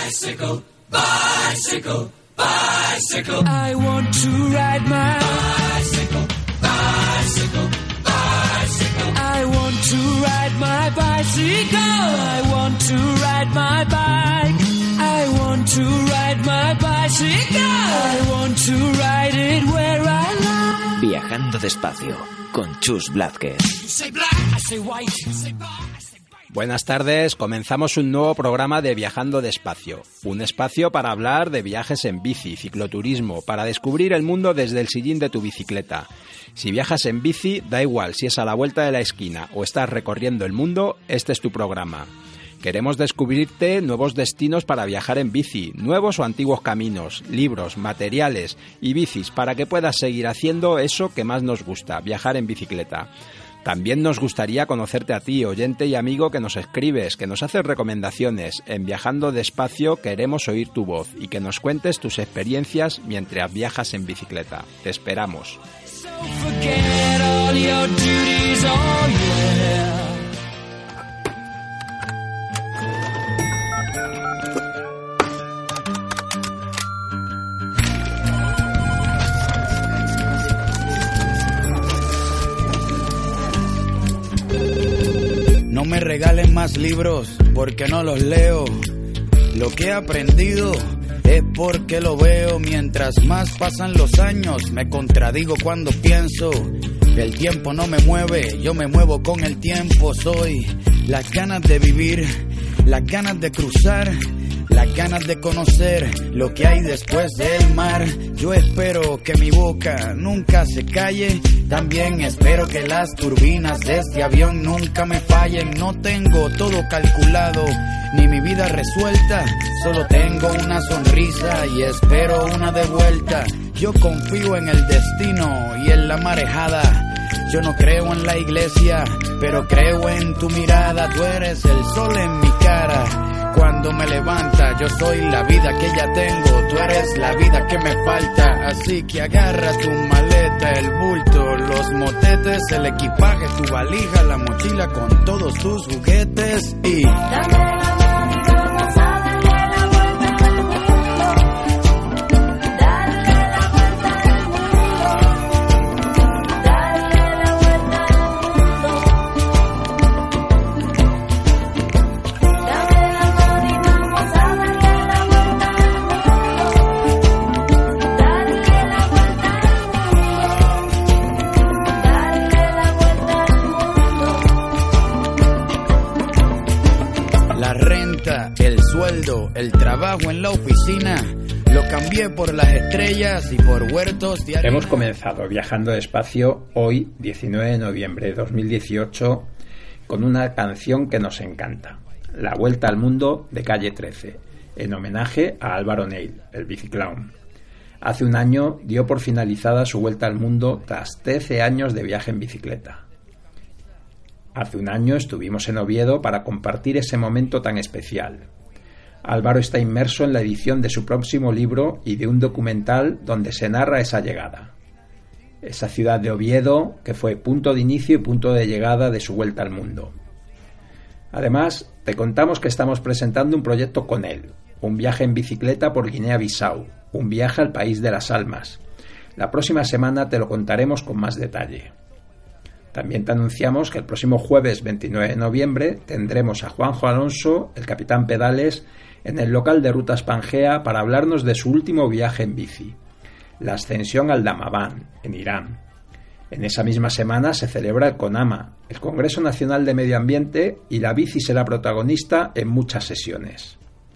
Bicycle, bicycle, bicycle. I want to ride my bicycle, bicycle, bicycle. I want to ride my bicycle. I want to ride my bike. I want to ride my bicycle. I want to ride it where I like. Viajando despacio con Chus Blázquez. Buenas tardes, comenzamos un nuevo programa de Viajando Despacio, un espacio para hablar de viajes en bici, cicloturismo, para descubrir el mundo desde el sillín de tu bicicleta. Si viajas en bici, da igual si es a la vuelta de la esquina o estás recorriendo el mundo, este es tu programa. Queremos descubrirte nuevos destinos para viajar en bici, nuevos o antiguos caminos, libros, materiales y bicis para que puedas seguir haciendo eso que más nos gusta, viajar en bicicleta. También nos gustaría conocerte a ti, oyente y amigo que nos escribes, que nos haces recomendaciones. En Viajando Despacio queremos oír tu voz y que nos cuentes tus experiencias mientras viajas en bicicleta. Te esperamos. No me regalen más libros porque no los leo. Lo que he aprendido es porque lo veo. Mientras más pasan los años me contradigo cuando pienso. El tiempo no me mueve, yo me muevo con el tiempo. Soy las ganas de vivir, las ganas de cruzar, las ganas de conocer lo que hay después del mar. Yo espero que mi boca nunca se calle. También espero que las turbinas de este avión nunca me fallen. No tengo todo calculado, ni mi vida resuelta. Solo tengo una sonrisa y espero una de vuelta. Yo confío en el destino y en la marejada. Yo no creo en la iglesia, pero creo en tu mirada. Tú eres el sol en mi cara. Cuando me levanta, yo soy la vida que ya tengo. Tú eres la vida que me falta. Así que agarra tu maleta, el bulto, los motetes, el equipaje, tu valija, la mochila con todos tus juguetes y... el sueldo, el trabajo en la oficina, lo cambié por las estrellas y por huertos de... Hemos comenzado Viajando Despacio hoy, 19 de noviembre de 2018, con una canción que nos encanta, La Vuelta al Mundo de Calle 13, en homenaje a Álvaro Neil, el biciclown. Hace un año dio por finalizada su vuelta al mundo tras 13 años de viaje en bicicleta. Hace un año estuvimos en Oviedo para compartir ese momento tan especial. Álvaro está inmerso en la edición de su próximo libro y de un documental donde se narra esa llegada. Esa ciudad de Oviedo que fue punto de inicio y punto de llegada de su vuelta al mundo. Además, te contamos que estamos presentando un proyecto con él, un viaje en bicicleta por Guinea-Bissau, un viaje al país de las almas. La próxima semana te lo contaremos con más detalle. También te anunciamos que el próximo jueves 29 de noviembre tendremos a Juanjo Alonso, el capitán Pedales, en el local de Rutas Pangea para hablarnos de su último viaje en bici, la ascensión al Damavand, en Irán. En esa misma semana se celebra el CONAMA, el Congreso Nacional de Medio Ambiente, y la bici será protagonista en muchas sesiones.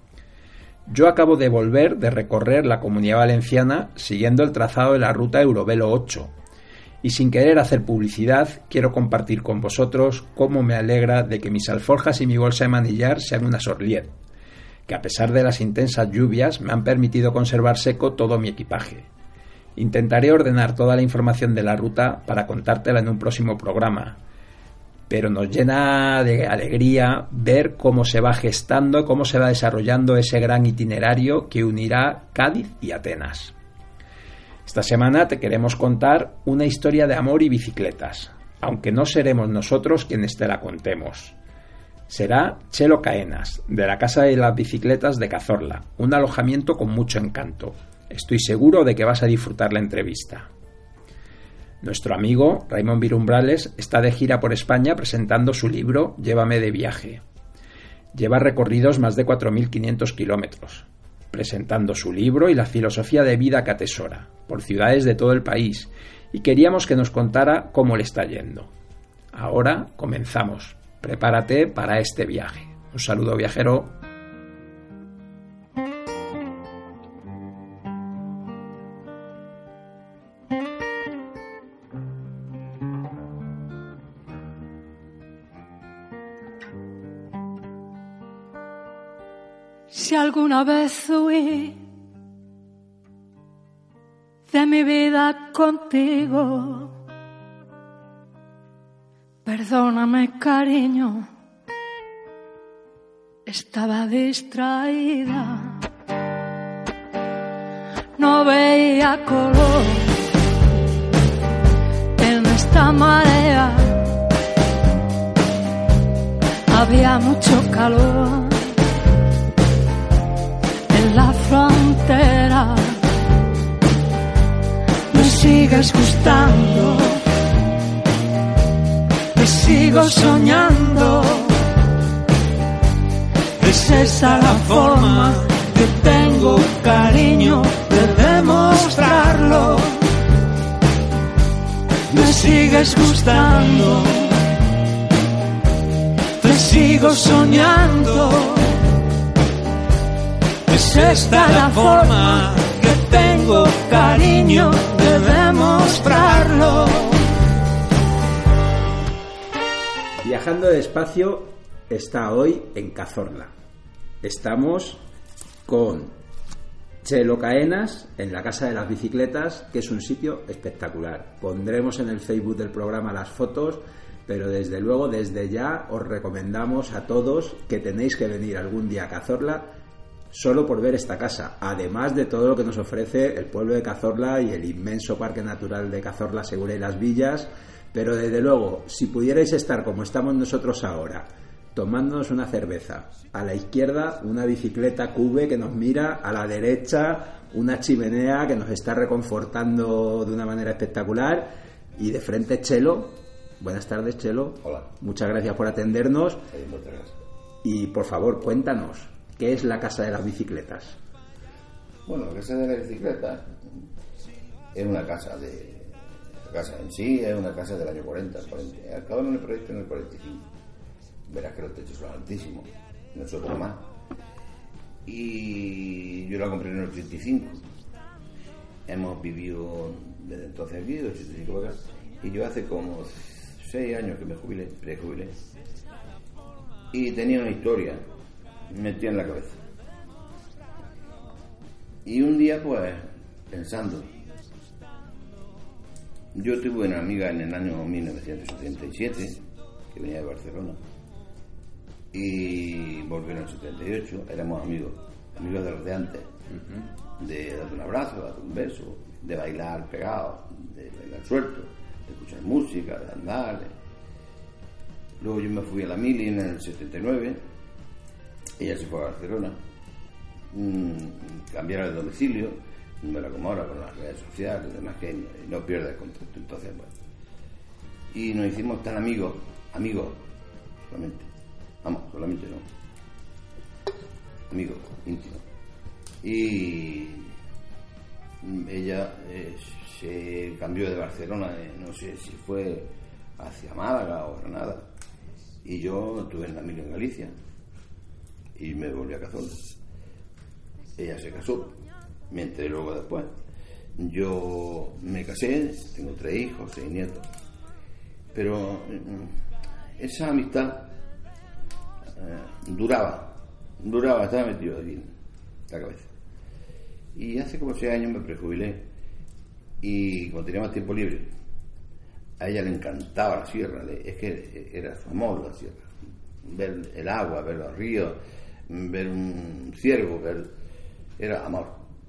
Yo acabo de volver de recorrer la Comunidad Valenciana siguiendo el trazado de la ruta Eurovelo 8, y sin querer hacer publicidad, quiero compartir con vosotros cómo me alegra de que mis alforjas y mi bolsa de manillar sean una Sorlier, que a pesar de las intensas lluvias me han permitido conservar seco todo mi equipaje. Intentaré ordenar toda la información de la ruta para contártela en un próximo programa, pero nos llena de alegría ver cómo se va gestando, cómo se va desarrollando ese gran itinerario que unirá Cádiz y Atenas. Esta semana te queremos contar una historia de amor y bicicletas, aunque no seremos nosotros quienes te la contemos. Será Chelo Caenas, de la Casa de las Bicicletas de Cazorla, un alojamiento con mucho encanto. Estoy seguro de que vas a disfrutar la entrevista. Nuestro amigo Raimon Virumbrales está de gira por España presentando su libro Llévame de viaje. Lleva recorridos más de 4.500 kilómetros, presentando su libro y la filosofía de vida que atesora, por ciudades de todo el país, y queríamos que nos contara cómo le está yendo. Ahora comenzamos. Prepárate para este viaje. Un saludo, viajero. Si alguna vez huí de mi vida contigo, perdóname, cariño, estaba distraída, no veía color en esta marea, había mucho calor en la frontera. Me sigues gustando, te sigo soñando. Es esa la forma que tengo, cariño, de demostrarlo. Me sigues gustando, te sigo soñando. Es esta la forma que tengo, cariño, de demostrarlo. Viajando despacio está hoy en Cazorla. Estamos con Chelo Caenas en la Casa de las Bicicletas, que es un sitio espectacular. Pondremos en el Facebook del programa las fotos, pero desde luego, desde ya, os recomendamos a todos que tenéis que venir algún día a Cazorla solo por ver esta casa, además de todo lo que nos ofrece el pueblo de Cazorla y el inmenso Parque Natural de Cazorla, Segura y Las Villas. Pero desde luego, si pudierais estar como estamos nosotros ahora, tomándonos una cerveza, a la izquierda una bicicleta Cube que nos mira, a la derecha una chimenea que nos está reconfortando de una manera espectacular, y de frente Chelo. Buenas tardes, Chelo. Hola. Muchas gracias por atendernos. Sí, muchas gracias. Y por favor, cuéntanos, ¿qué es la Casa de las Bicicletas? Bueno, la Casa de la Bicicleta es una casa La casa en sí es una casa del año 40. Acabaron el proyecto en el 45. Verás que los techos son altísimos, nosotros más. Y yo la compré en el 85. Hemos vivido desde entonces aquí, del 85 para acá. Y yo hace como 6 años que me prejubilé. Y tenía una historia metida en la cabeza. Y un día, pues, pensando, yo tuve una amiga en el año 1977 que venía de Barcelona y volvió en el 78. Éramos amigos de los de antes, de darte un abrazo, darte un beso, de bailar pegado, de bailar suelto, de escuchar música, de andar. Luego yo me fui a la Mili en el 79, ella se fue a Barcelona, cambiaron de domicilio, no era como ahora con las redes sociales y demás, que no pierde el contacto. Entonces, bueno, y nos hicimos tan amigos solamente no, amigos íntimos. Y ella se cambió de Barcelona, no sé si fue hacia Málaga o Granada, y yo estuve en la Mili en Galicia y me volví a Cazorla. Ella se casó, me enteré luego después. Yo me casé, tengo 3 hijos, 6 nietos, pero esa amistad duraba, estaba metido aquí en la cabeza. Y hace como 6 años me prejubilé, y como tenía más tiempo libre, a ella le encantaba la sierra, es que era su amor la sierra, ver el agua, ver los ríos, ver un ciervo, era amor.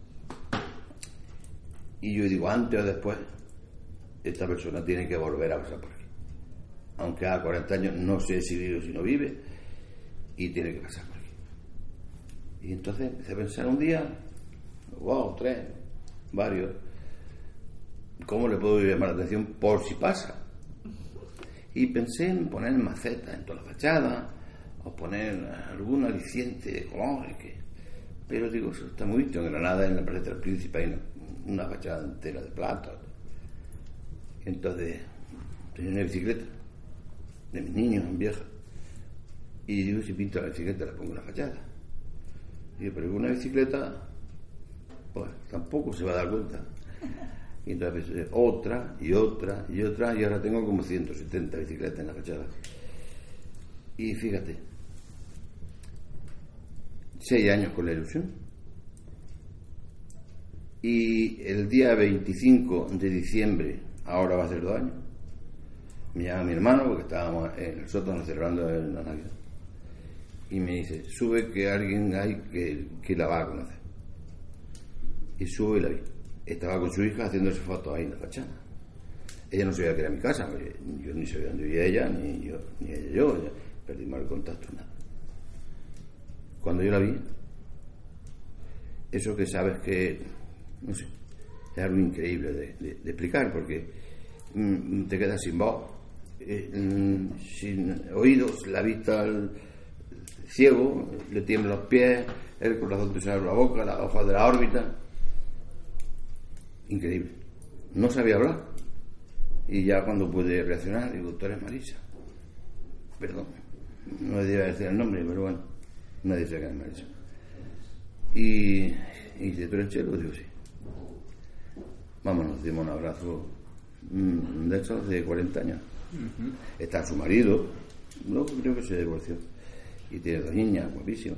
Y yo digo, antes o después, esta persona tiene que volver a pasar por aquí. Aunque a 40 años, no sé si vive o si no vive, y tiene que pasar por aquí. Y entonces empecé a pensar un día, wow, 3, varios, ¿cómo le puedo llamar la atención por si pasa? Y pensé en poner macetas en toda la fachada, o poner algún aliciente de colores, pero digo, eso está muy visto. En Granada, en la Plaza del Príncipe, hay una fachada entera de plata. Entonces, tenía una bicicleta de mis niños, vieja, y digo, si pinto la bicicleta, la pongo en la fachada. Digo, pero una bicicleta, pues tampoco se va a dar cuenta. Y entonces pensé, otra, y ahora tengo como 170 bicicletas en la fachada. Y fíjate, 6 años con la ilusión. Y el día 25 de diciembre, ahora va a ser 2 años, me llama mi hermano, porque estábamos en el sótano celebrando la Navidad, y me dice, sube que alguien hay que la va a conocer. Y sube y la vi. Estaba con su hija haciéndose fotos ahí en la fachada. Ella no sabía que era mi casa, yo ni sabía dónde vivía ella, ni ella yo. Perdimos el contacto, nada. Cuando yo la vi, eso que sabes que, no sé, es algo increíble de explicar, porque te quedas sin voz, sin oídos, la vista al ciego, le tiemblan los pies, el corazón te sale por la boca, las hojas de la órbita. Increíble. No sabía hablar. Y ya cuando pude reaccionar, digo, tú eres Marisa. Perdón, no debía decir el nombre, pero bueno, nadie sabe que es Marisa. Y dice, ¿tú eres Chelo? Digo, sí. Vamos, nos dimos un abrazo de esos de 40 años. Uh-huh. Está su marido, luego creo que se divorció. Y tiene 2 niñas guapísimas.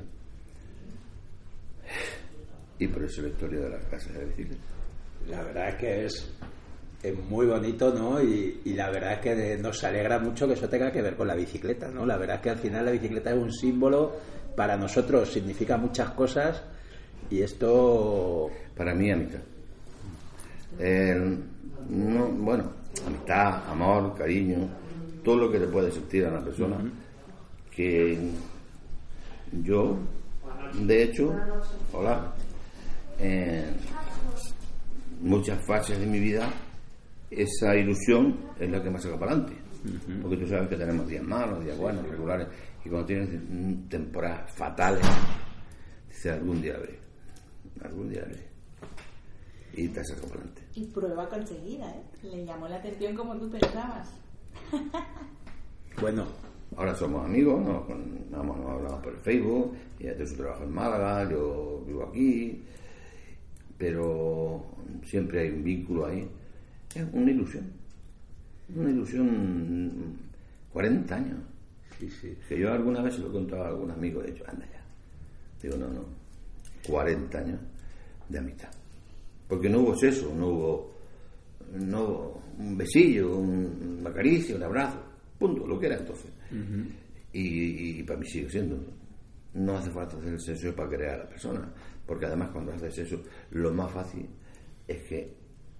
Y por eso la historia de las casas de la bicicleta. La verdad es que es muy bonito, ¿no? Y la verdad es que nos alegra mucho que eso tenga que ver con la bicicleta, ¿no? La verdad es que al final la bicicleta es un símbolo, para nosotros significa muchas cosas, y esto... Para mí, amistad. No, bueno, amistad, amor, cariño, todo lo que le puede sentir a una persona. Uh-huh. Que yo, de hecho, hola, muchas fases de mi vida, esa ilusión es la que me saca para adelante. Uh-huh. Porque tú sabes que tenemos días malos, días buenos, regulares, y cuando tienes temporadas fatales, dices, algún día veré, y te saca para adelante. Y prueba conseguida, ¿eh? Le llamó la atención como tú pensabas. Bueno, ahora somos amigos, nos hablamos por el Facebook, ella tiene su trabajo en Málaga, yo vivo aquí, pero siempre hay un vínculo ahí. Es una ilusión 40 años. Sí, sí. Que yo alguna vez se lo he contado a algún amigo, de hecho, anda ya. Digo, no, 40 años de amistad. Porque no hubo sexo, no hubo un besillo, una caricia, un abrazo, punto, lo que era entonces. Uh-huh. Y para mí sigue siendo. No hace falta hacer el sexo para querer a la persona, porque además cuando haces eso, lo más fácil es que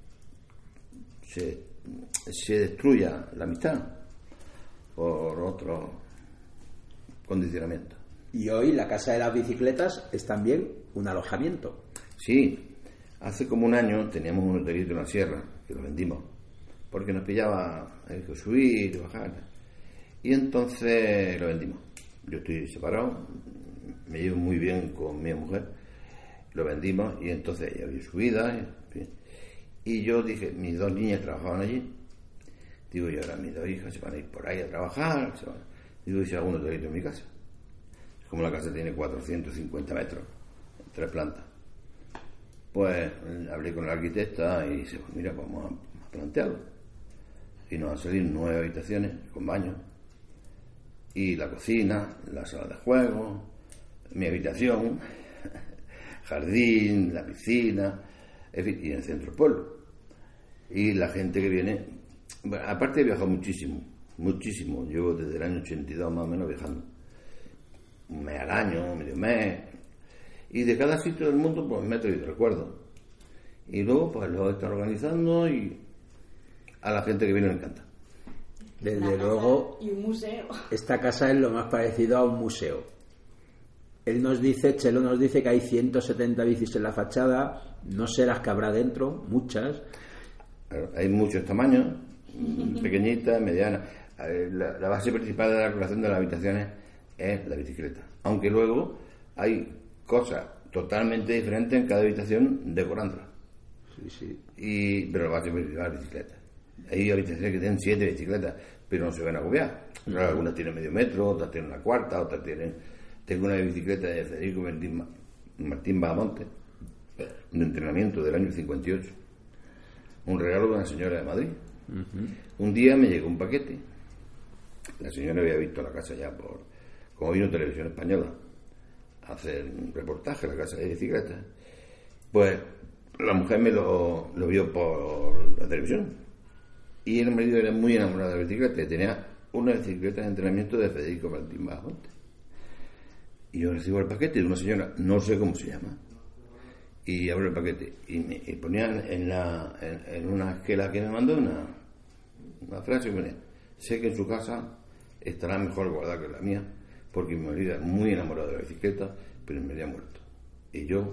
se destruya la amistad por otro condicionamiento. Y hoy la Casa de las Bicicletas es también un alojamiento. Sí, hace como un año teníamos un hotelito en la sierra, que lo vendimos, porque nos pillaba el que subir y bajar, y entonces lo vendimos. Yo estoy separado, me llevo muy bien con mi mujer, lo vendimos, y entonces ella vio su vida, en fin. Y yo dije, mis 2 niñas trabajaban allí, digo, y ahora mis 2 hijas se van a ir por ahí a trabajar, digo, y si hago un hotelito en mi casa. Como la casa tiene 450 metros, 3 plantas, pues hablé con la arquitecta y dije, pues mira, vamos a plantearlo. Y nos han salido 9 habitaciones con baño, y la cocina, la sala de juegos, mi habitación, jardín, la piscina, en fin, y en el centro del pueblo. Y la gente que viene, bueno, aparte he viajado muchísimo, llevo desde el año 82 más o menos viajando, un mes al año, medio mes, y de cada sitio del mundo pues me he traído recuerdos, y luego pues lo he estado organizando, y a la gente que viene le encanta. Desde luego, y un museo. Esta casa es lo más parecido a un museo. Chelo nos dice que hay 170 bicis en la fachada, no sé las que habrá dentro, muchas. Hay muchos tamaños, pequeñitas, medianas. La base principal de la decoración de las habitaciones es la bicicleta, aunque luego hay cosas totalmente diferentes en cada habitación decorándola. Sí. Pero la base principal es la bicicleta. Hay habitaciones que tienen 7 bicicletas, pero no se van a agobiar. Algunas tienen medio metro, otras tienen una cuarta, otras tienen... Tengo una bicicleta de Federico Martín Bahamonte, de entrenamiento del año 58. Un regalo de una señora de Madrid. Un día me llegó un paquete. La señora había visto la casa ya como vino Televisión Española a hacer un reportaje en la casa de bicicletas. Pues la mujer me lo vio por la televisión. Y el marido era muy enamorado de la bicicleta. Y tenía una bicicleta de entrenamiento de Federico Martín Bahamonte. Y yo recibo el paquete de una señora, no sé cómo se llama, y abro el paquete y ponían en una esquela que me mandó una frase que ponía: sé que en su casa estará mejor guardada que la mía, porque mi marido era muy enamorado de la bicicleta, pero me había muerto. Y yo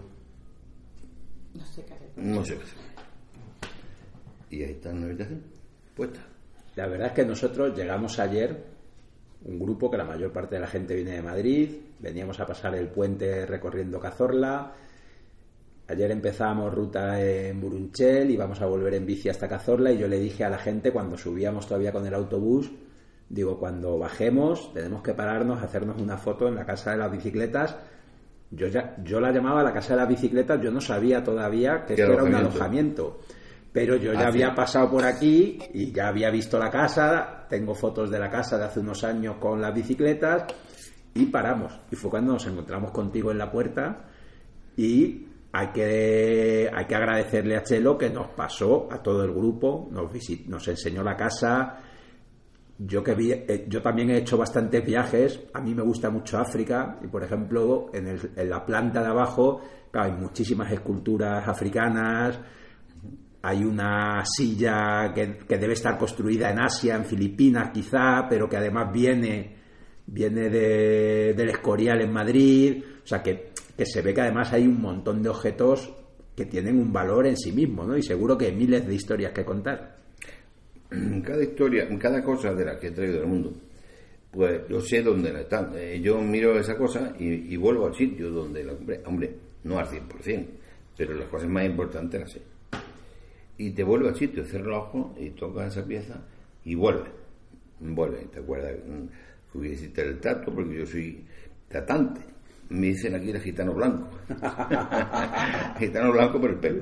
no sé qué hacer. Y ahí está en una habitación puesta. La verdad es que nosotros llegamos ayer, un grupo que la mayor parte de la gente viene de Madrid, veníamos a pasar el puente recorriendo Cazorla. Ayer empezábamos ruta en Burunchel y vamos a volver en bici hasta Cazorla, y yo le dije a la gente cuando subíamos todavía con el autobús, digo, cuando bajemos tenemos que pararnos, hacernos una foto en la casa de las bicicletas. Yo la llamaba la casa de las bicicletas, yo no sabía todavía que esto era un alojamiento. Pero yo ya había pasado por aquí y ya había visto la casa, tengo fotos de la casa de hace unos años con las bicicletas, y paramos. Y fue cuando nos encontramos contigo en la puerta, y hay que agradecerle a Chelo que nos pasó a todo el grupo, nos enseñó la casa. Yo también he hecho bastantes viajes, a mí me gusta mucho África, y por ejemplo en la planta de abajo, claro, hay muchísimas esculturas africanas. Hay una silla que debe estar construida en Asia, en Filipinas quizá, pero que además viene del Escorial en Madrid. O sea, que se ve que además hay un montón de objetos que tienen un valor en sí mismo, ¿no? Y seguro que hay miles de historias que contar. Cada historia, cada cosa de las que he traído del mundo, pues yo sé dónde están. Yo miro esa cosa y vuelvo al sitio donde la compré. Hombre, no al 100%, pero las cosas más importantes las sé. Y te vuelve al sitio, cierra los ojos y toca esa pieza y vuelve, te acuerdas que hiciste el trato, porque yo soy tratante, me dicen aquí el gitano blanco gitano blanco por el pelo,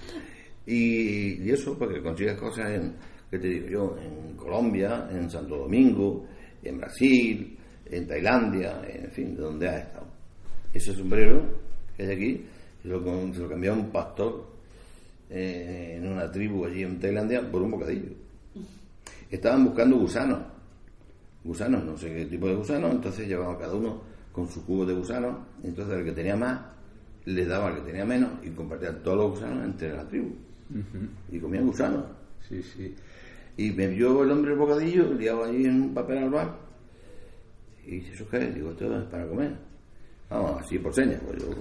y eso porque consigues cosas que te digo yo, en Colombia, en Santo Domingo, en Brasil, en Tailandia, en fin, de donde has estado. Ese sombrero que hay aquí se lo cambió a un pastor en una tribu allí en Tailandia por un bocadillo. Estaban buscando gusanos, no sé qué tipo de gusanos, entonces llevaban cada uno con su cubo de gusanos, entonces el que tenía más le daba al que tenía menos y compartían todos los gusanos entre la tribu. Y comían gusanos. Sí. Y me vio el hombre el bocadillo liado allí en un papel albal y dice: ¿eso qué es? Digo: esto es para comer. Vamos, así por señas, pues yo.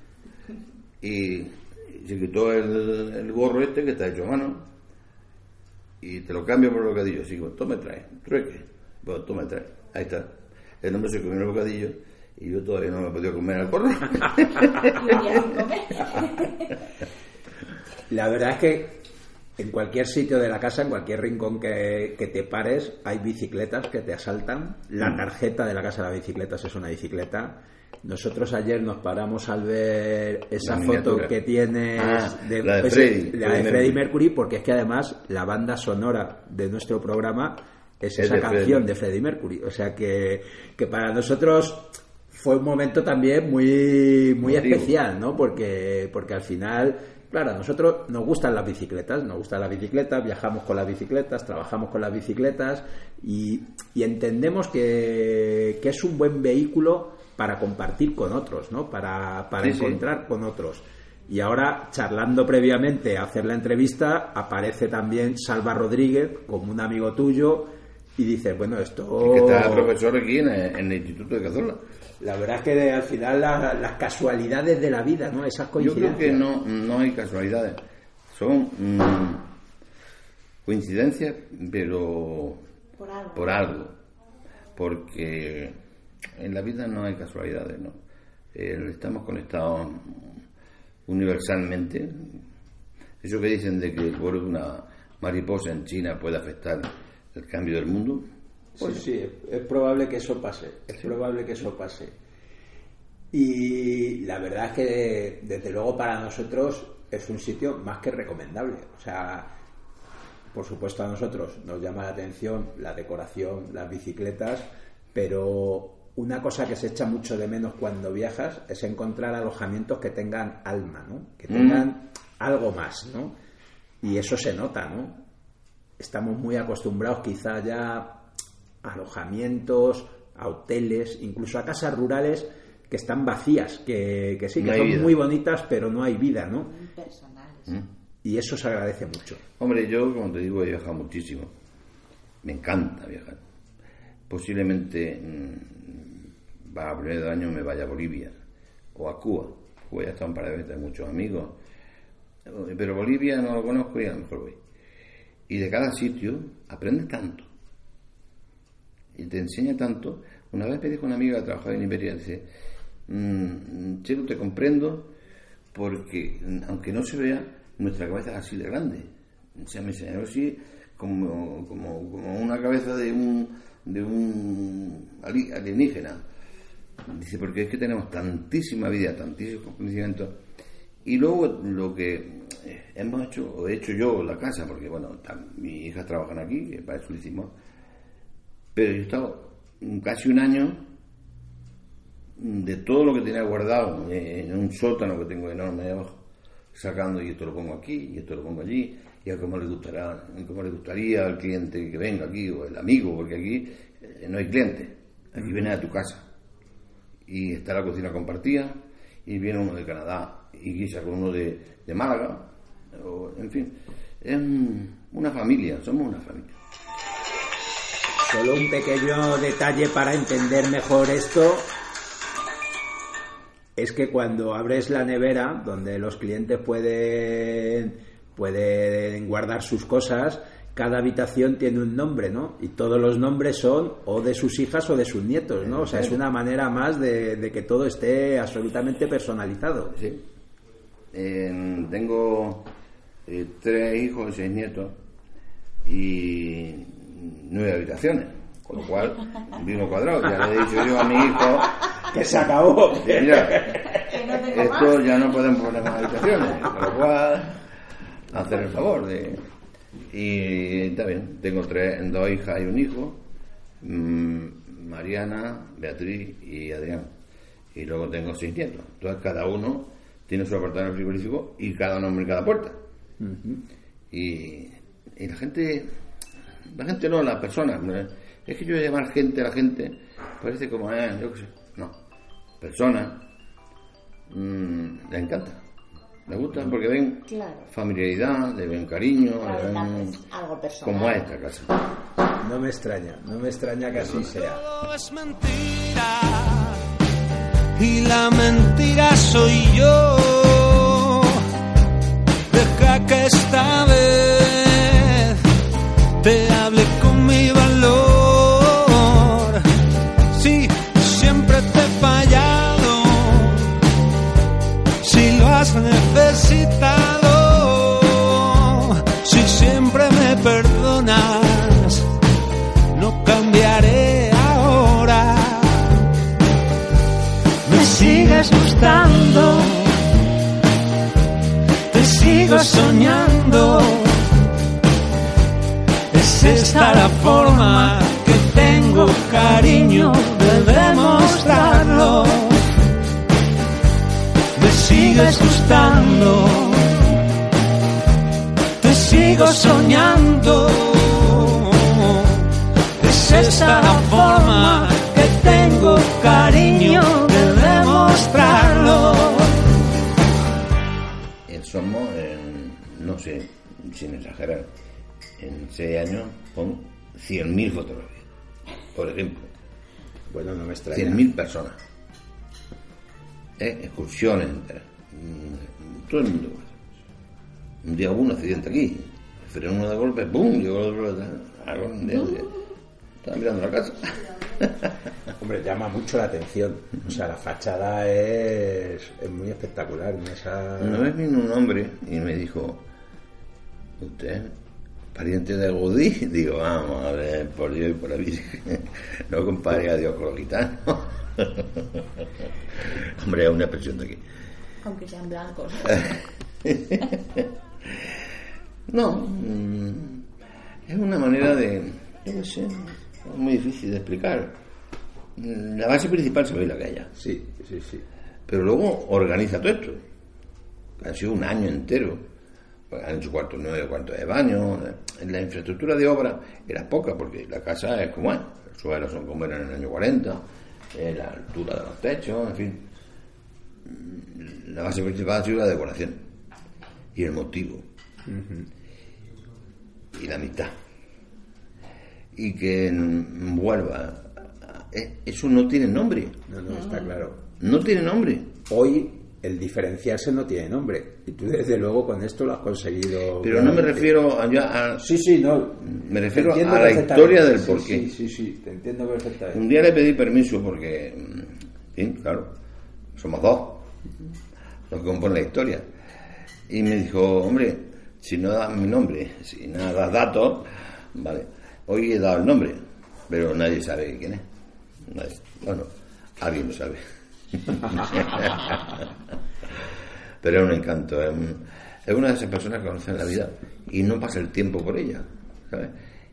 Y se quitó el gorro este que está hecho a mano y te lo cambio por el bocadillo. Así que tú me traes, trueque, pues tú me traes. Ahí está. El hombre se comió el bocadillo y yo todavía no me he podido comer el gorro. La verdad es que en cualquier sitio de la casa, en cualquier rincón que te pares, hay bicicletas que te asaltan. La tarjeta de la casa de las bicicletas es una bicicleta. Nosotros ayer nos paramos al ver esa foto que tienes la de Freddie Mercury, porque es que además la banda sonora de nuestro programa es esa canción de Freddie Mercury. O sea que para nosotros fue un momento también muy especial, ¿no? Porque al final, claro, a nosotros nos gustan las bicicletas, viajamos con las bicicletas, trabajamos con las bicicletas y entendemos que es un buen vehículo para compartir con otros, ¿no? Para encontrar con otros. Y ahora, charlando previamente a hacer la entrevista, aparece también Salva Rodríguez, como un amigo tuyo, y dices, bueno, esto... Que está profesor aquí en el Instituto de Cazorla. La verdad es que al final las casualidades de la vida, ¿no? Esas coincidencias. Yo creo que no hay casualidades. Son coincidencias, pero por algo. Porque en la vida no hay casualidades, ¿no? Estamos conectados universalmente. Eso que dicen de que por una mariposa en China puede afectar el cambio del mundo. Pues sí, es probable que eso pase. Es probable que eso pase. Y la verdad es que, desde luego, para nosotros es un sitio más que recomendable. O sea, por supuesto a nosotros nos llama la atención la decoración, las bicicletas, pero una cosa que se echa mucho de menos cuando viajas es encontrar alojamientos que tengan alma, ¿no? Que tengan algo más, ¿no? Y eso se nota, ¿no? Estamos muy acostumbrados quizá ya a alojamientos, a hoteles, incluso a casas rurales que están vacías, que sí, que son muy bonitas, pero no hay vida, ¿no? Personales. Y eso se agradece mucho. Hombre, yo, como te digo, he viajado muchísimo. Me encanta viajar. Posiblemente a primeros de año me vaya a Bolivia o a Cuba. Cuba ya está un par de veces, tengo muchos amigos. Pero Bolivia no lo conozco y a lo mejor voy. Y de cada sitio aprendes tanto. Y te enseña tanto. Una vez me dijo una amiga que trabajaba en Iberia, dice, Chelo, te comprendo porque, aunque no se vea, nuestra cabeza es así de grande. O sea, me enseñó así como una cabeza de un alienígena. Dice, porque es que tenemos tantísima vida, tantísimos conocimientos. Y luego lo que hemos hecho, o he hecho yo en la casa, porque bueno, mis hijas trabajan aquí, que para eso lo hicimos, pero yo he estado casi un año de todo lo que tenía guardado en un sótano que tengo enorme ahí abajo, sacando, y esto lo pongo aquí, y esto lo pongo allí, y a cómo le gustaría al cliente que venga aquí, o el amigo, porque aquí no hay cliente, aquí viene a tu casa, y está la cocina compartida, y viene uno de Canadá, y guisa con uno de Málaga, o, en fin, es una familia, somos una familia. Solo un pequeño detalle para entender mejor esto es que cuando abres la nevera, donde los clientes pueden guardar sus cosas, cada habitación tiene un nombre, ¿no? Y todos los nombres son o de sus hijas o de sus nietos, ¿no? O sea, es una manera más de que todo esté absolutamente personalizado. Sí. Tengo 3 hijos y 6 nietos y 9 habitaciones, con lo cual vivo cuadrado. Ya le he dicho yo a mi hijo que se acabó. Mira, esto ya no pueden poner más habitaciones, con lo cual hacer el favor de... Y está bien, tengo 2 hijas y un hijo, Mariana, Beatriz y Adrián, y luego tengo 6 nietos. Entonces cada uno tiene su apartado en el frigorífico y cada nombre en cada puerta. Y la gente no, las personas, es que yo voy a llamar gente a la gente, parece como, yo qué sé, no, personas, les encanta. Me gusta porque ven familiaridad, le ven cariño, le ven algo personal. Como a esta casa. No me extraña que así sea. Todo es mentira y la mentira soy yo. Deja que esta vez te hable con mi valor. Sí, siempre te he fallado. Si lo has necesitado, si siempre me perdonas, no cambiaré ahora. Me sigues gustando, te sigo soñando. Es esta la forma que tengo, cariño, de demostrarlo. Me sigues gustando, te sigo soñando. Es esa la forma que tengo, cariño, de demostrarlo. Somos, no sé, sin exagerar, en 6 años 100.000 fotografías, por ejemplo. Bueno, no me extraña. 100.000 personas. Excursiones enteras. Todo el mundo. Un día hubo un accidente aquí. Frenaron uno de golpe, ¡pum! Llegó el otro detrás. Estaba mirando la casa. Hombre, llama mucho la atención. O sea, la fachada es muy espectacular. Una vez vino un hombre y me dijo: ¿usted pariente de Godí? Digo, vamos a ver, por Dios y por la Virgen, no compare a Dios con los gitanos. Hombre, es una expresión de aquí. Aunque sean blancos. No, es una manera de, yo no sé, es muy difícil de explicar. La base principal se ve la que haya. Sí. Pero luego organiza todo esto. Ha sido un año entero. Han hecho cuartos nuevos, cuartos de baño. La infraestructura de obra era poca, porque la casa es como es. Los suelos son como eran en el año 40, la altura de los techos, en fin. La base principal ha sido la decoración y el motivo. Y la mitad. Y que envuelva. Eso no tiene nombre. No, está claro. No tiene nombre. Hoy el diferenciarse no tiene nombre. Y tú, desde luego, con esto lo has conseguido. Pero no me refiero a Sí, no. Me refiero a la historia del porqué. Sí, te entiendo perfectamente. Un día le pedí permiso porque, sí, claro, somos dos los que componen la historia. Y me dijo: hombre, si no das mi nombre, si no das datos, vale. Hoy he dado el nombre, pero nadie sabe quién es. Nadie. Bueno, alguien lo sabe. Pero es un encanto, es una de esas personas que conocen la vida y no pasa el tiempo por ella, ¿sabes?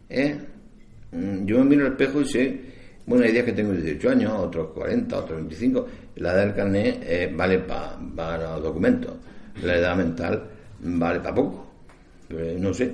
Yo me miro al espejo y sé, bueno, hay días que tengo 18 años, otros 40, otros 25, la edad del carnet vale para los documentos, la edad mental vale para poco, pero no sé,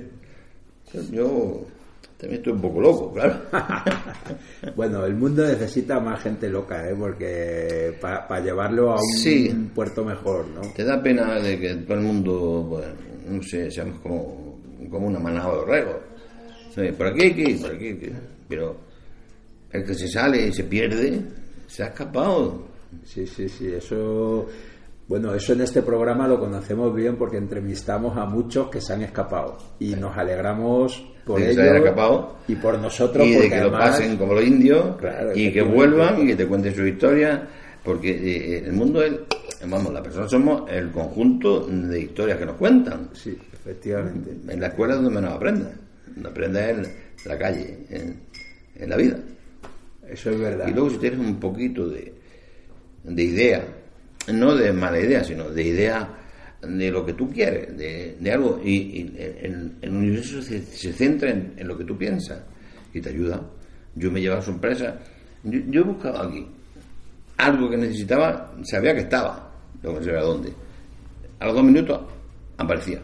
yo también estoy un poco loco, claro. Bueno, el mundo necesita más gente loca, porque para llevarlo a un puerto mejor, ¿no? Te da pena de que todo el mundo, bueno, no sé, seamos como una manada de borregos. Por aquí, por aquí, pero el que se sale y se pierde, se ha escapado. Sí, eso... Bueno, eso en este programa lo conocemos bien porque entrevistamos a muchos que se han escapado y nos alegramos por ellos y por nosotros, y porque de que además, lo pasen como los indios, claro, y que vuelvan y que te cuenten su historia, porque el mundo es, vamos, las personas somos el conjunto de historias que nos cuentan. Sí, efectivamente. En la escuela es donde menos aprendes, donde aprendes en la calle, en la vida. Eso es verdad. Y luego si tienes un poquito de idea, no de mala idea, sino de idea de lo que tú quieres, de algo, y el universo se centra en lo que tú piensas y te ayuda. Yo me llevaba sorpresa. Yo buscaba aquí algo que necesitaba, sabía que estaba, luego no sabía dónde. A los 2 minutos aparecía.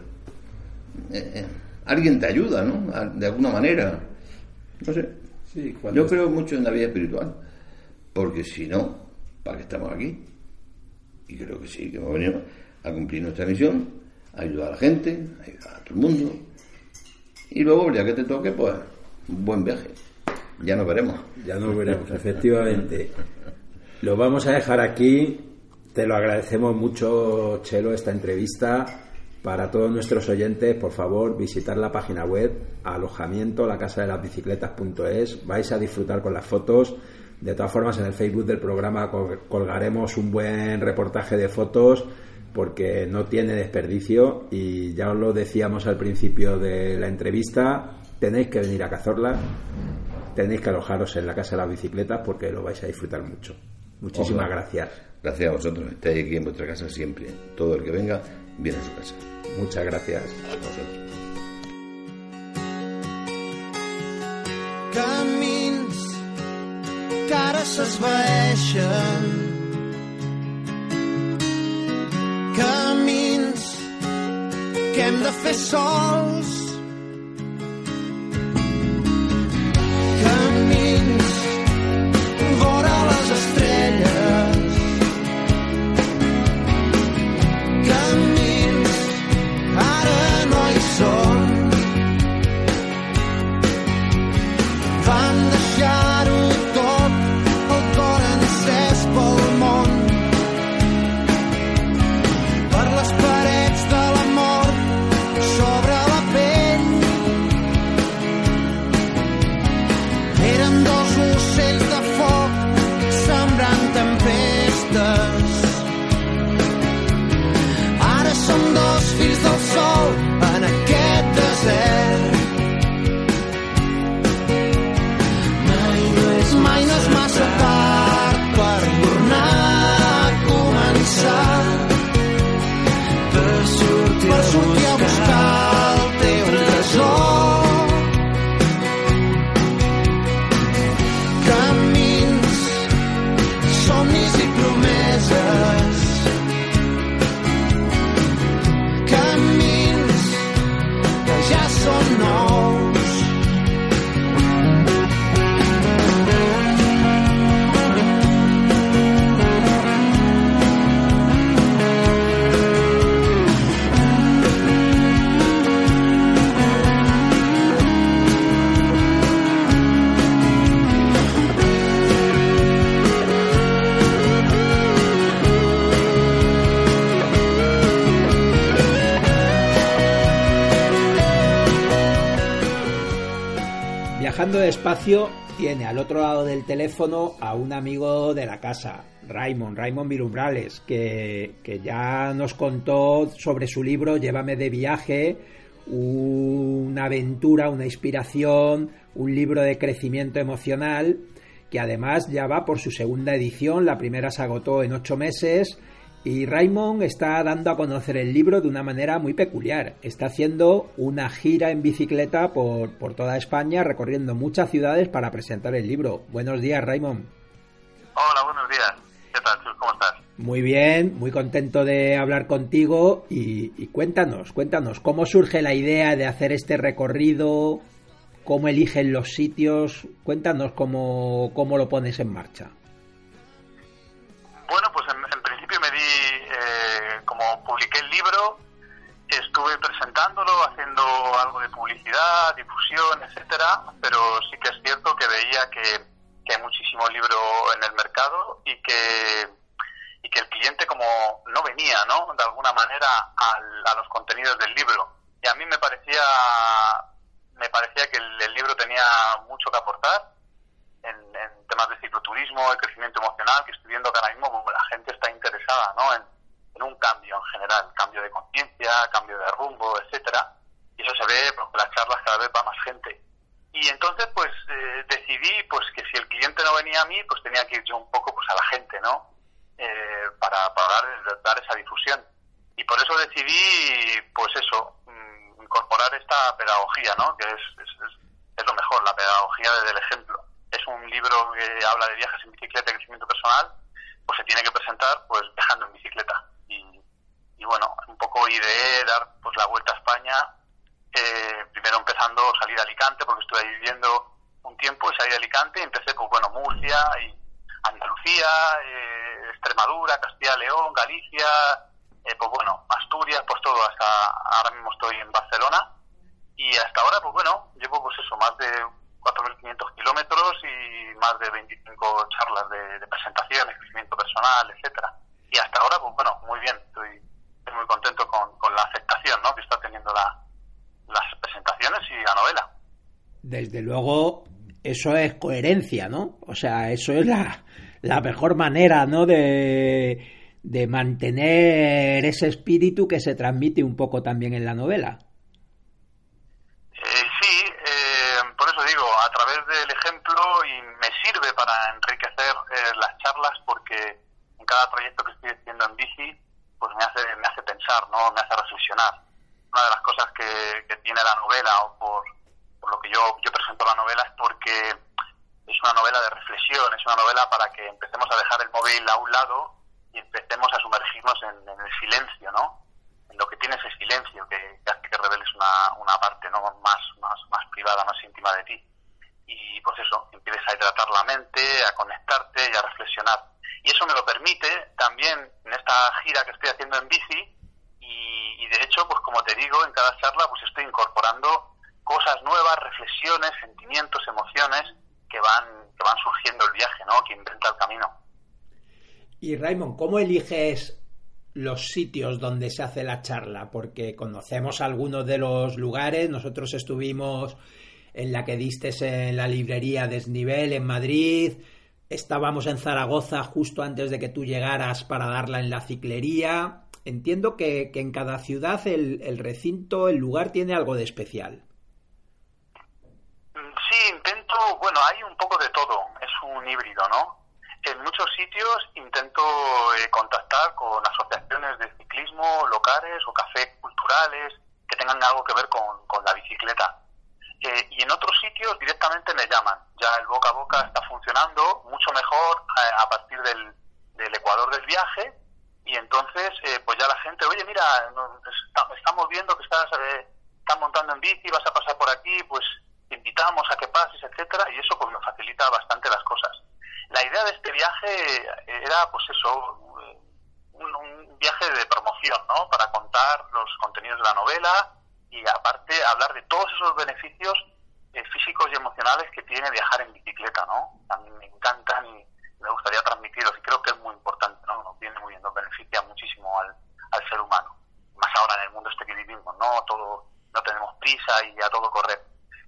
Alguien te ayuda, ¿no? De alguna manera. No sé. Sí, yo creo mucho en la vida espiritual, porque si no, ¿para qué estamos aquí? Y creo que sí, que hemos venido a cumplir nuestra misión, a ayudar a la gente, a ayudar a todo el mundo. Y luego, ya que te toque, pues, un buen viaje. Ya nos veremos. Ya nos veremos, efectivamente. Lo vamos a dejar aquí. Te lo agradecemos mucho, Chelo, esta entrevista. Para todos nuestros oyentes, por favor, visitar la página web, alojamiento lacasadelasbicicletas.es. Vais a disfrutar con las fotos. De todas formas, en el Facebook del programa colgaremos un buen reportaje de fotos porque no tiene desperdicio, y ya os lo decíamos al principio de la entrevista, tenéis que venir a Cazorla, tenéis que alojaros en la Casa de las Bicicletas porque lo vais a disfrutar mucho. Muchísimas gracias. Gracias a vosotros, estáis aquí en vuestra casa siempre. Todo el que venga, viene a su casa. Muchas gracias A vosotros. Camins que ara s'esvaeixen, camins que hem de fer sols, camins vora les estrelles, camins ara no hi són, Viajando Despacio tiene al otro lado del teléfono a un amigo de la casa, Raymond Virumbrales, que ya nos contó sobre su libro Llévame de viaje, una aventura, una inspiración, un libro de crecimiento emocional, que además ya va por su segunda edición. La primera se agotó en 8 meses y Raymond está dando a conocer el libro de una manera muy peculiar. Está haciendo una gira en bicicleta por toda España, recorriendo muchas ciudades para presentar el libro. Buenos días, Raymond. Hola, buenos días. ¿Qué tal, Chus? ¿Cómo estás? Muy bien, muy contento de hablar contigo y cuéntanos, ¿cómo surge la idea de hacer este recorrido? ¿Cómo eligen los sitios? Cuéntanos cómo lo pones en marcha. Bueno, pues en principio me di, como publiqué el libro, estuve presentándolo, haciendo algo de publicidad, difusión, etcétera, pero sí que es cierto que veía que hay muchísimo libro en el mercado y que el cliente como no venía, ¿no?, de alguna manera a los contenidos del libro. Y a mí me parecía que el libro tenía mucho que aportar en temas de cicloturismo, de crecimiento emocional, que estoy viendo que ahora mismo como la gente está interesada, ¿no?, en un cambio en general, cambio de conciencia, cambio de rumbo, etcétera. Y eso se ve porque las charlas cada vez va más gente. Y entonces pues decidí pues que si el cliente no venía a mí, pues tenía que ir yo un poco pues a la gente, ¿no?, para dar esa difusión. Y por eso decidí pues eso, incorporar esta pedagogía, ¿no?, que es lo mejor, la pedagogía desde el ejemplo. Es un libro que habla de viajes en bicicleta y crecimiento personal, pues se tiene que presentar pues viajando en bicicleta. Y bueno, un poco ideé dar pues la vuelta a España, primero empezando salir a Alicante, porque estuve ahí viviendo un tiempo, y salí de Alicante y empecé pues bueno, Murcia, y Andalucía, Extremadura, Castilla y León, Galicia, pues bueno, Asturias, pues todo, hasta ahora mismo estoy en Barcelona, y hasta ahora pues bueno, llevo pues eso, más de 4.500 kilómetros y más de 25 charlas de presentaciones, crecimiento personal, etcétera. Y hasta ahora pues bueno, muy bien, estoy muy contento con la aceptación, ¿no?, que está teniendo las presentaciones y la novela. Desde luego, eso es coherencia, ¿no? O sea, eso es la mejor manera, ¿no?, de mantener ese espíritu que se transmite un poco también en la novela. Sí, por eso digo, a través del ejemplo, y me sirve para enriquecer las charlas, porque en cada proyecto que estoy haciendo en bici, pues me hace pensar, ¿no?, me hace reflexionar. Una de las cosas que tiene la novela, o por lo que yo presento la novela, es porque es una novela de reflexión, es una novela para que empecemos a dejar el móvil a un lado y empecemos a sumergirnos en el silencio, ¿no?, en lo que tiene ese silencio que hace que reveles una parte, ¿no?, más privada, más íntima de ti. Y pues eso, empiezas a hidratar la mente, a conectarte y a reflexionar. Y eso me lo permite también en esta gira que estoy haciendo en bici, y de hecho, pues como te digo, en cada charla pues estoy incorporando cosas nuevas, reflexiones, sentimientos, emociones que van surgiendo el viaje, ¿no?, que inventa el camino. Y Raymond, ¿cómo eliges los sitios donde se hace la charla? Porque conocemos algunos de los lugares. Nosotros estuvimos en la que diste en la librería Desnivel en Madrid, estábamos en Zaragoza justo antes de que tú llegaras para darla en la Ciclería. Entiendo que en cada ciudad el recinto, el lugar tiene algo de especial. Sí, intento, bueno, hay un poco de todo, es un híbrido, ¿no? En muchos sitios intento contactar con asociaciones de ciclismo locales o cafés culturales que tengan algo que ver con la bicicleta. Y en otros sitios directamente me llaman. Ya el boca a boca está funcionando mucho mejor a partir del ecuador del viaje, y entonces pues ya la gente, oye, mira, estamos viendo que estás montando en bici, vas a pasar por aquí, pues te invitamos a que pases, etcétera, y eso pues me facilita bastante las cosas. La idea de este viaje era pues eso, un viaje de promoción, ¿no?, para contar los contenidos de la novela y aparte hablar de todos esos beneficios físicos y emocionales que tiene viajar en bicicleta, ¿no? A mí me encantan y me gustaría transmitirlos, y creo que es muy importante, ¿no? Nos viene muy bien, nos beneficia muchísimo al ser humano, más ahora en el mundo este que vivimos, ¿no? No tenemos prisa y a todo correr.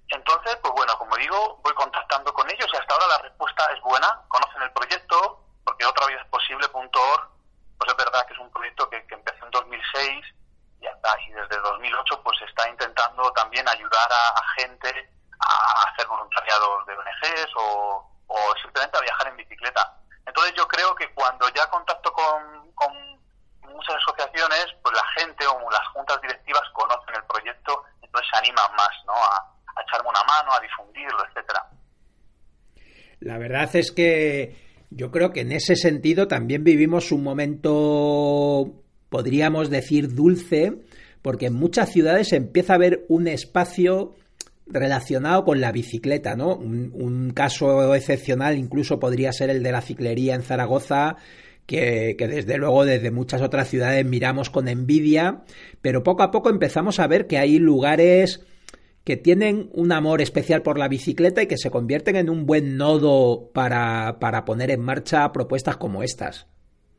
Entonces, pues bueno, como digo, voy contactando con ellos y hasta ahora la respuesta es buena. Conocen el proyecto, porque otravidaesposible.org, pues es verdad que es un proyecto que empezó en 2006 y desde 2008 pues está intentando también ayudar a gente a hacer voluntariados de ONGs o simplemente a viajar en bicicleta. Entonces yo creo que cuando ya contacto con muchas asociaciones, pues la gente o las juntas directivas conocen el proyecto, entonces se animan más, ¿no?, a echarme una mano, a difundirlo, etcétera. La verdad es que yo creo que en ese sentido también vivimos un momento, podríamos decir, dulce, porque en muchas ciudades empieza a haber un espacio relacionado con la bicicleta, ¿no? Un caso excepcional incluso podría ser el de la ciclería en Zaragoza, que desde luego desde muchas otras ciudades miramos con envidia, pero poco a poco empezamos a ver que hay lugares que tienen un amor especial por la bicicleta y que se convierten en un buen nodo para poner en marcha propuestas como estas.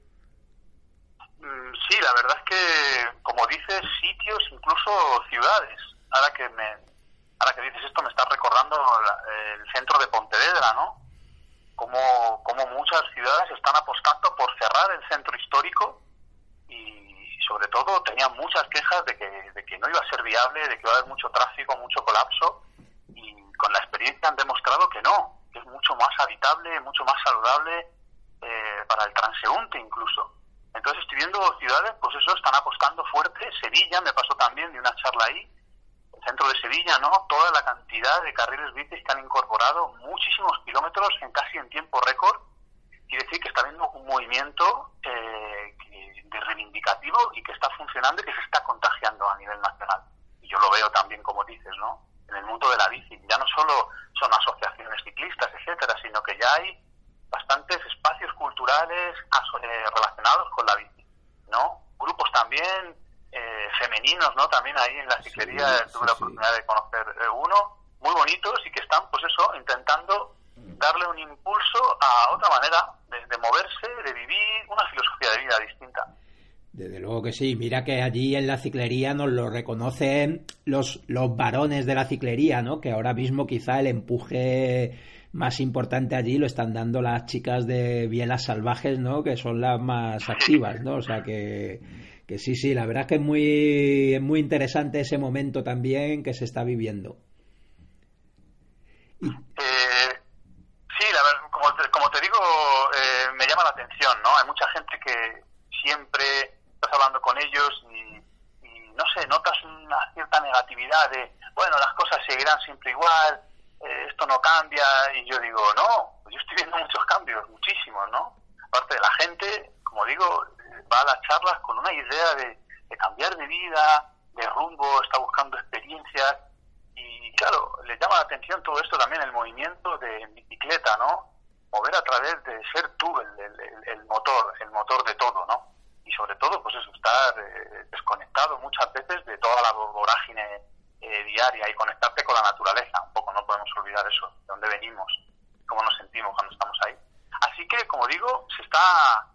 Sí, la verdad es que, como dices, sitios, incluso ciudades. Ahora que dices esto me está recordando el centro de Pontevedra, ¿no? Como muchas ciudades están apostando por cerrar el centro histórico y sobre todo tenían muchas quejas de que no iba a ser viable, de que iba a haber mucho tráfico, mucho colapso, y con la experiencia han demostrado que no, que es mucho más habitable, mucho más saludable para el transeúnte incluso. Entonces estoy viendo ciudades, pues eso, están apostando fuerte. Sevilla, me pasó también de una charla ahí, el centro de Sevilla, ¿no? Toda la cantidad de carriles bicis que han incorporado, muchísimos kilómetros casi en tiempo récord. Quiere decir que está habiendo un movimiento de reivindicativo y que está funcionando y que se está contagiando a nivel nacional. Y yo lo veo también, como dices, ¿no?, en el mundo de la bici. Ya no solo son asociaciones ciclistas, etcétera, sino que ya hay bastantes espacios culturales relacionados con la bici, ¿no? Grupos también femeninos, ¿no? También ahí en la ciclería tuve la oportunidad de conocer uno, muy bonitos, y que están, pues eso, intentando darle un impulso a otra manera de moverse, de vivir una filosofía de vida distinta. Desde luego que sí. Mira que allí en la ciclería nos lo reconocen los varones de la ciclería, ¿no? Que ahora mismo quizá el empuje más importante allí lo están dando las chicas de Bielas Salvajes, ¿no?, que son las más activas, ¿no? O sea que sí, la verdad es que es muy interesante ese momento también que se está viviendo. Sí, la verdad, como te digo, me llama la atención, ¿no? Hay mucha gente que siempre estás hablando con ellos y no sé, notas una cierta negatividad de, bueno, las cosas seguirán siempre igual, esto no cambia, y yo digo, no, pues yo estoy viendo muchos cambios, muchísimos, ¿no? Aparte de la gente, como digo, va a las charlas con una idea de cambiar de vida, de rumbo, está buscando experiencias, y claro, le llama la atención todo esto también, el movimiento de bicicleta, ¿no? Mover a través de ser tú el motor de todo, ¿no? Y sobre todo, pues eso, estar desconectado muchas veces de toda la vorágine diaria y conectarte con la naturaleza. Un poco no podemos olvidar eso, de dónde venimos, cómo nos sentimos cuando estamos ahí. Así que, como digo, se está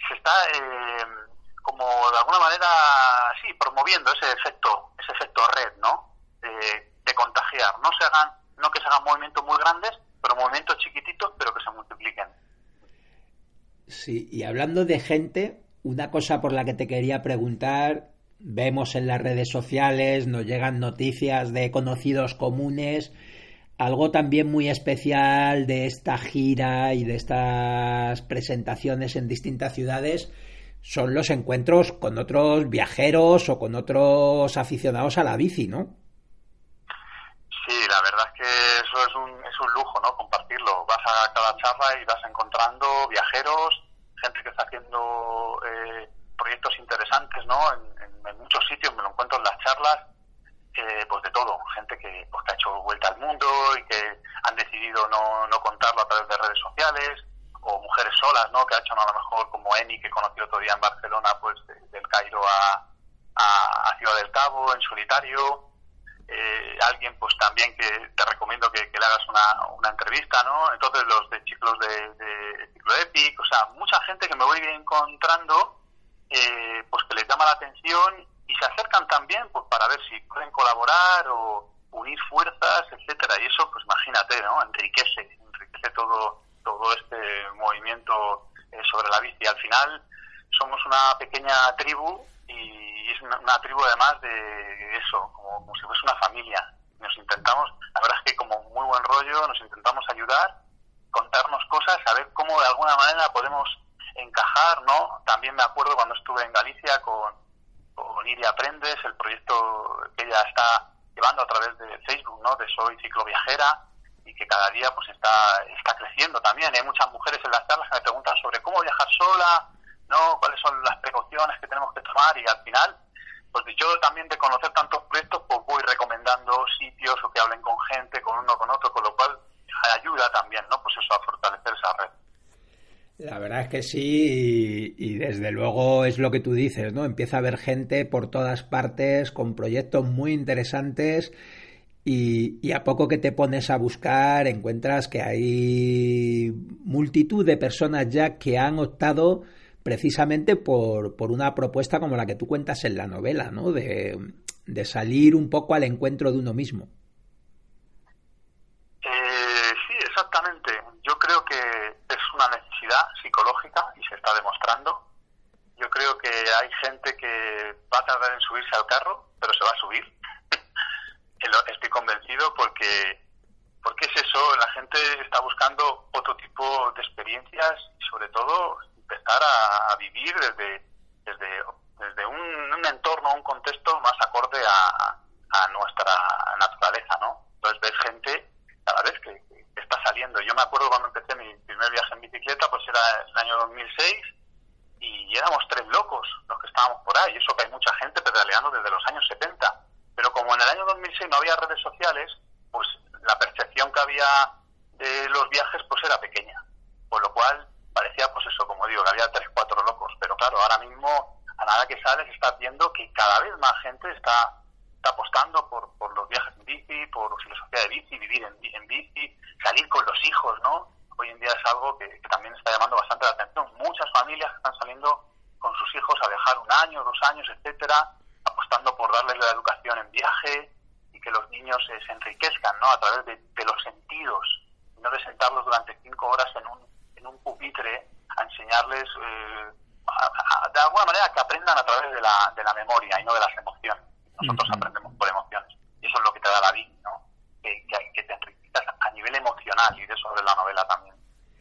como de alguna manera, sí, promoviendo ese efecto red, ¿no? De contagiar. No que se hagan movimientos muy grandes, pero movimientos chiquititos, pero que se multipliquen. Sí, y hablando de gente, una cosa por la que te quería preguntar, vemos en las redes sociales, nos llegan noticias de conocidos comunes, algo también muy especial de esta gira y de estas presentaciones en distintas ciudades son los encuentros con otros viajeros o con otros aficionados a la bici, ¿no? Sí, la verdad es que eso es un lujo, ¿no? Compartirlo. Vas a cada charla y vas encontrando viajeros, gente que está haciendo proyectos interesantes, ¿no? En muchos sitios me lo encuentro en las charlas, pues de todo. Gente que ha hecho vuelta al mundo y que han decidido no contarlo a través de redes sociales, o mujeres solas, ¿no? Que ha hecho a lo mejor como Eni, que conocí otro día en Barcelona, pues del Cairo a Ciudad del Cabo en solitario. Alguien pues también que te recomiendo que le hagas una entrevista, ¿no? Entonces los de ciclos de Ciclo Epic, o sea, mucha gente que me voy encontrando, pues que les llama la atención y se acercan también pues para ver si pueden colaborar o unir fuerzas, etcétera. Y eso, pues imagínate, ¿no? Enriquece todo este movimiento sobre la bici. Al final somos una pequeña tribu y es una tribu además de eso, como si fuese una familia. Nos intentamos, la verdad es que como muy buen rollo, nos intentamos ayudar, contarnos cosas, saber cómo de alguna manera podemos encajar, ¿no? También me acuerdo cuando estuve en Galicia con Iria Aprendes, el proyecto que ella está llevando a través de Facebook, ¿no? De Soy Cicloviajera, y que cada día pues está creciendo también. Hay muchas mujeres en las charlas que me preguntan sobre cómo viajar sola, ¿no? Cuáles son las precauciones que tenemos que tomar, y al final, pues yo también de conocer tantos proyectos, pues voy recomendando sitios o que hablen con gente, con uno, con otro, con lo cual ayuda también, ¿no? Pues eso, a fortalecer esa red. La verdad es que sí, y desde luego es lo que tú dices, ¿no? Empieza a haber gente por todas partes con proyectos muy interesantes y a poco que te pones a buscar encuentras que hay multitud de personas ya que han optado precisamente por una propuesta como la que tú cuentas en la novela, ¿no? De salir un poco al encuentro de uno mismo. Sí, exactamente. Yo creo que es una necesidad psicológica y se está demostrando. Yo creo que hay gente que va a tardar en subirse al carro, pero se va a subir. Estoy convencido porque es eso, la gente está buscando otro tipo de experiencias y sobre todo empezar a vivir desde un entorno, un contexto más acorde a nuestra naturaleza, ¿no? Entonces ves gente cada vez que está saliendo. Yo me acuerdo cuando empecé mi primer viaje en bicicleta, pues era el año 2006 y éramos 3 locos los que estábamos por ahí. Eso que hay mucha gente pedaleando desde los años 70. Pero como en el año 2006 no había redes sociales, pues la percepción que había de los viajes pues era pequeña. Por lo cual parecía, pues eso, como digo, que había 3-4 locos. Pero claro, ahora mismo, a nada que sales, estás viendo que cada vez más gente está apostando por los viajes en bici, por filosofía de bici, vivir en bici, salir con los hijos, ¿no? Hoy en día es algo que también está llamando bastante la atención. Muchas familias están saliendo con sus hijos a viajar 1 año, 2 años, etcétera, apostando por darles la educación en viaje y que los niños se enriquezcan, ¿no? A través de los sentidos, y no de sentarlos durante 5 horas en un pupitre a enseñarles de alguna manera que aprendan a través de la memoria y no de las emociones. Nosotros aprendemos por emociones y eso es lo que te da la bici, ¿no? Que te enriquezcas a nivel emocional, y de eso sobre la novela también.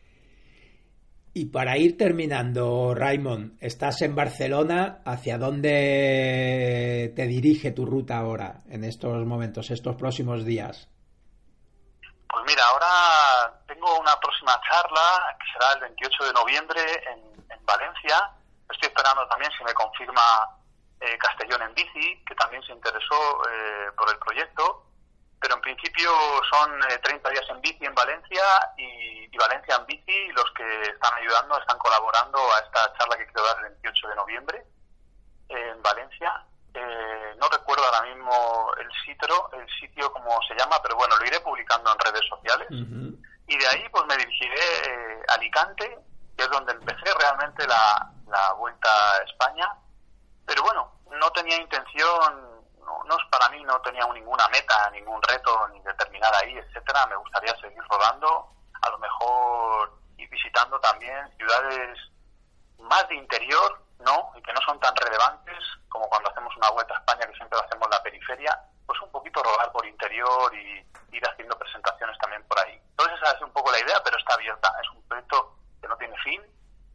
Y para ir terminando, Raimon, estás en Barcelona. ¿Hacia dónde te dirige tu ruta ahora, en estos momentos, estos próximos días? Pues mira, ahora tengo una próxima charla que será el 28 de noviembre en Valencia. Estoy esperando también si me confirma Castellón en bici, que también se interesó por el proyecto. Pero en principio son 30 días en bici en Valencia y Valencia en bici, y los que están ayudando, están colaborando a esta charla que quiero dar el 28 de noviembre en Valencia. No recuerdo ahora mismo el sitio como se llama, pero bueno, lo iré publicando en redes sociales. Uh-huh. Y de ahí pues me dirigiré a Alicante, que es donde empecé realmente la Vuelta a España. Pero bueno, no tenía intención... para mí no tenía ninguna meta, ningún reto, ni de terminar ahí, etcétera. Me gustaría seguir rodando, a lo mejor ir visitando también ciudades más de interior, ¿no? Y que no son tan relevantes como cuando hacemos una Vuelta a España, que siempre lo hacemos en la periferia. Pues un poquito rodar por interior y ir haciendo presentaciones también por ahí. Entonces esa es un poco la idea, pero está abierta. Es un proyecto que no tiene fin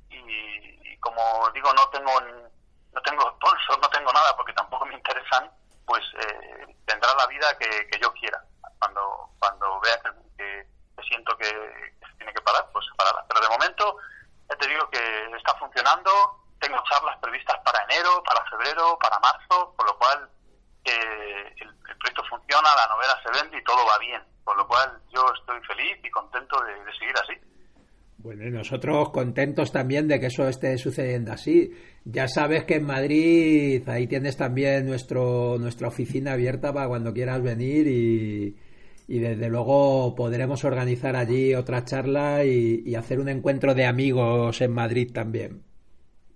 y como digo, no tengo sponsor, no tengo nada porque tampoco me interesan. Pues tendrá la vida que yo quiera. Cuando vea que siento que se tiene que parar, pues se parará. Pero de momento, ya te digo que está funcionando. Tengo charlas previstas para enero, para febrero, para marzo, por lo cual el proyecto funciona, la novela se vende y todo va bien. Por lo cual yo estoy feliz y contento de seguir así. Bueno, y nosotros contentos también de que eso esté sucediendo así. Ya sabes que en Madrid ahí tienes también nuestra oficina abierta para cuando quieras venir y desde luego podremos organizar allí otra charla y hacer un encuentro de amigos en Madrid también.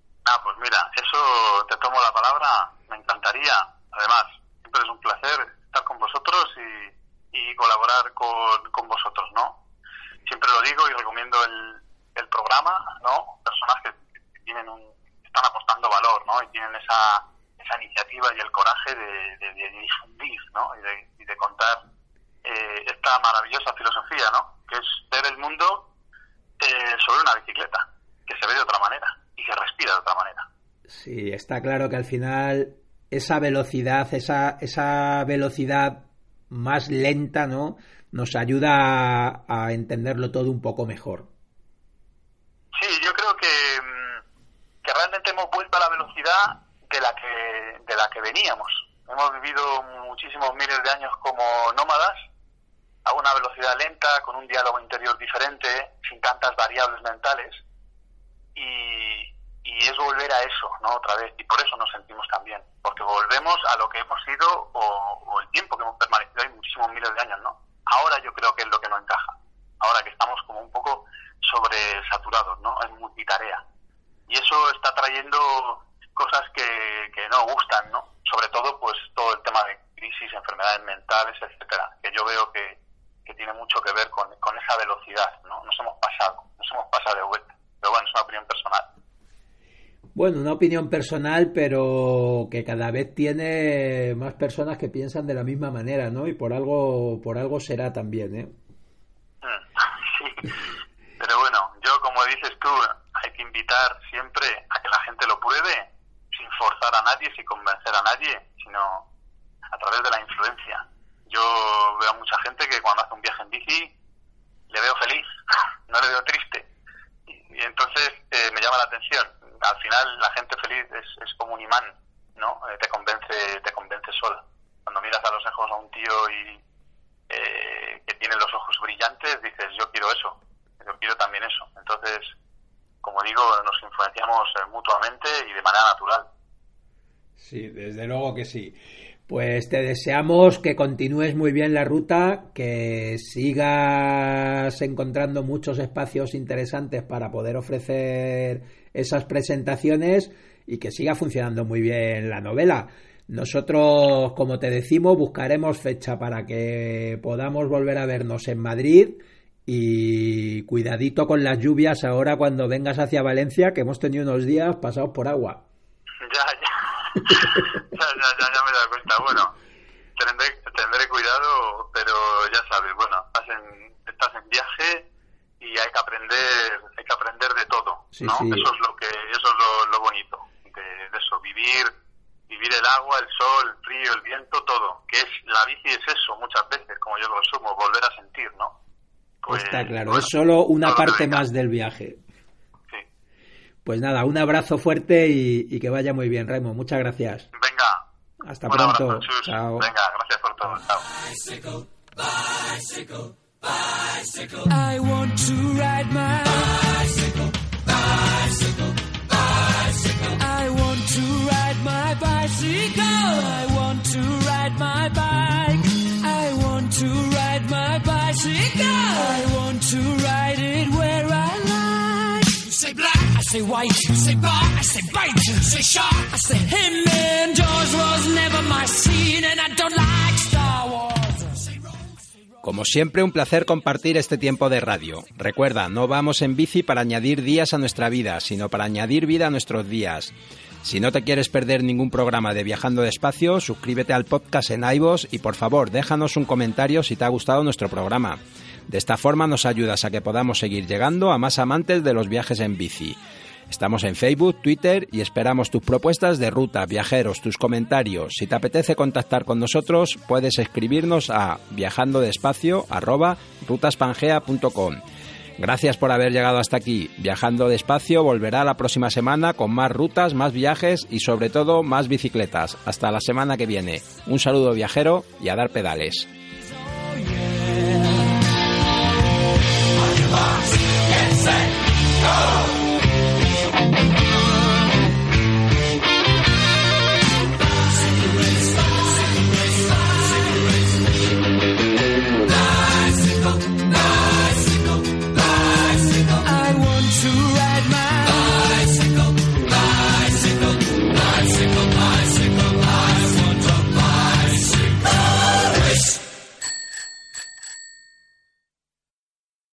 Pues mira, eso te tomo la palabra, me encantaría. Además, siempre es un placer estar con vosotros y colaborar con vosotros, ¿no? Siempre lo digo y recomiendo el programa, ¿no? Personas que están apostando valor, ¿no? Y tienen esa iniciativa y el coraje de difundir, ¿no? Y de contar esta maravillosa filosofía, ¿no? Que es ver el mundo sobre una bicicleta, que se ve de otra manera y se respira de otra manera. Sí, está claro que al final esa velocidad, esa velocidad más lenta, ¿no? Nos ayuda a entenderlo todo un poco mejor. Sí, yo creo que realmente hemos vuelto a la velocidad de la que veníamos. Hemos vivido muchísimos miles de años como nómadas, a una velocidad lenta, con un diálogo interior diferente, sin tantas variables mentales, y es volver a eso, ¿no? Otra vez, y por eso nos sentimos tan bien, porque volvemos a lo que hemos sido o el tiempo que hemos permanecido ahí, muchísimos miles de años, ¿no? Ahora yo creo que es lo que no encaja, ahora que estamos como un poco sobresaturados, ¿no? En multitarea, y eso está trayendo cosas que no gustan, ¿no? Sobre todo, pues, todo el tema de crisis, enfermedades mentales, etcétera, que yo veo que tiene mucho que ver con esa velocidad, ¿no? Nos hemos pasado de vuelta. Pero bueno, es una opinión personal. Bueno, una opinión personal, pero que cada vez tiene más personas que piensan de la misma manera, ¿no? Y por algo será también, ¿eh? Sí. Pero bueno, yo, como dices tú, hay que invitar siempre a que la gente lo pruebe, sin forzar a nadie, sin convencer a nadie, sino a través de la influencia. Yo veo a mucha gente que cuando hace un viaje en bici le veo feliz, no le veo triste. Y entonces me llama la atención. Al final la gente feliz es como un imán, ¿no? Te convence sola. Cuando miras a los ojos a un tío que tiene los ojos brillantes, dices, yo quiero eso, yo quiero también eso. Entonces, como digo, nos influenciamos mutuamente y de manera natural. Sí, desde luego que sí. Pues te deseamos que continúes muy bien la ruta, que sigas encontrando muchos espacios interesantes para poder ofrecer esas presentaciones y que siga funcionando muy bien la novela. Nosotros, como te decimos, buscaremos fecha para que podamos volver a vernos en Madrid, y cuidadito con las lluvias ahora cuando vengas hacia Valencia, que hemos tenido unos días pasados por agua. Ya me he dado cuenta. Bueno, tendré cuidado, pero ya sabes, bueno, estás en viaje y hay que aprender de todo, sí, ¿no? Sí. Eso es lo bonito de eso, vivir el agua, el sol, el frío, el viento, todo. Que es la bici es eso, muchas veces, como yo lo resumo, volver a sentir, ¿no? Pues, está claro, bueno, es solo una parte más del viaje. Sí. Pues nada, un abrazo fuerte y que vaya muy bien, Raimo. Muchas gracias. Venga. Hasta Un pronto. abrazo, Chus. Chao. Venga, gracias por todo. Chao. Bicycle, bicycle, bicycle. I want to ride my bicycle, bicycle, bicycle. I want to ride my bicycle. I want to ride my bike. I want to ride my bicycle. I want to ride it where I like. You say black, I say white. You say bar, I say bite. You say shark, I say him. And Jaws was never my scene, and I don't like Star Wars. Como siempre, un placer compartir este tiempo de radio. Recuerda, no vamos en bici para añadir días a nuestra vida, sino para añadir vida a nuestros días. Si no te quieres perder ningún programa de Viajando Despacio, suscríbete al podcast en iVoox y por favor, déjanos un comentario si te ha gustado nuestro programa. De esta forma nos ayudas a que podamos seguir llegando a más amantes de los viajes en bici. Estamos en Facebook, Twitter y esperamos tus propuestas de ruta, viajeros, tus comentarios. Si te apetece contactar con nosotros, puedes escribirnos a viajandodespacio@rutaspangea.com. Gracias por haber llegado hasta aquí. Viajando Despacio volverá la próxima semana con más rutas, más viajes y sobre todo más bicicletas. Hasta la semana que viene. Un saludo viajero y a dar pedales. Get set, go!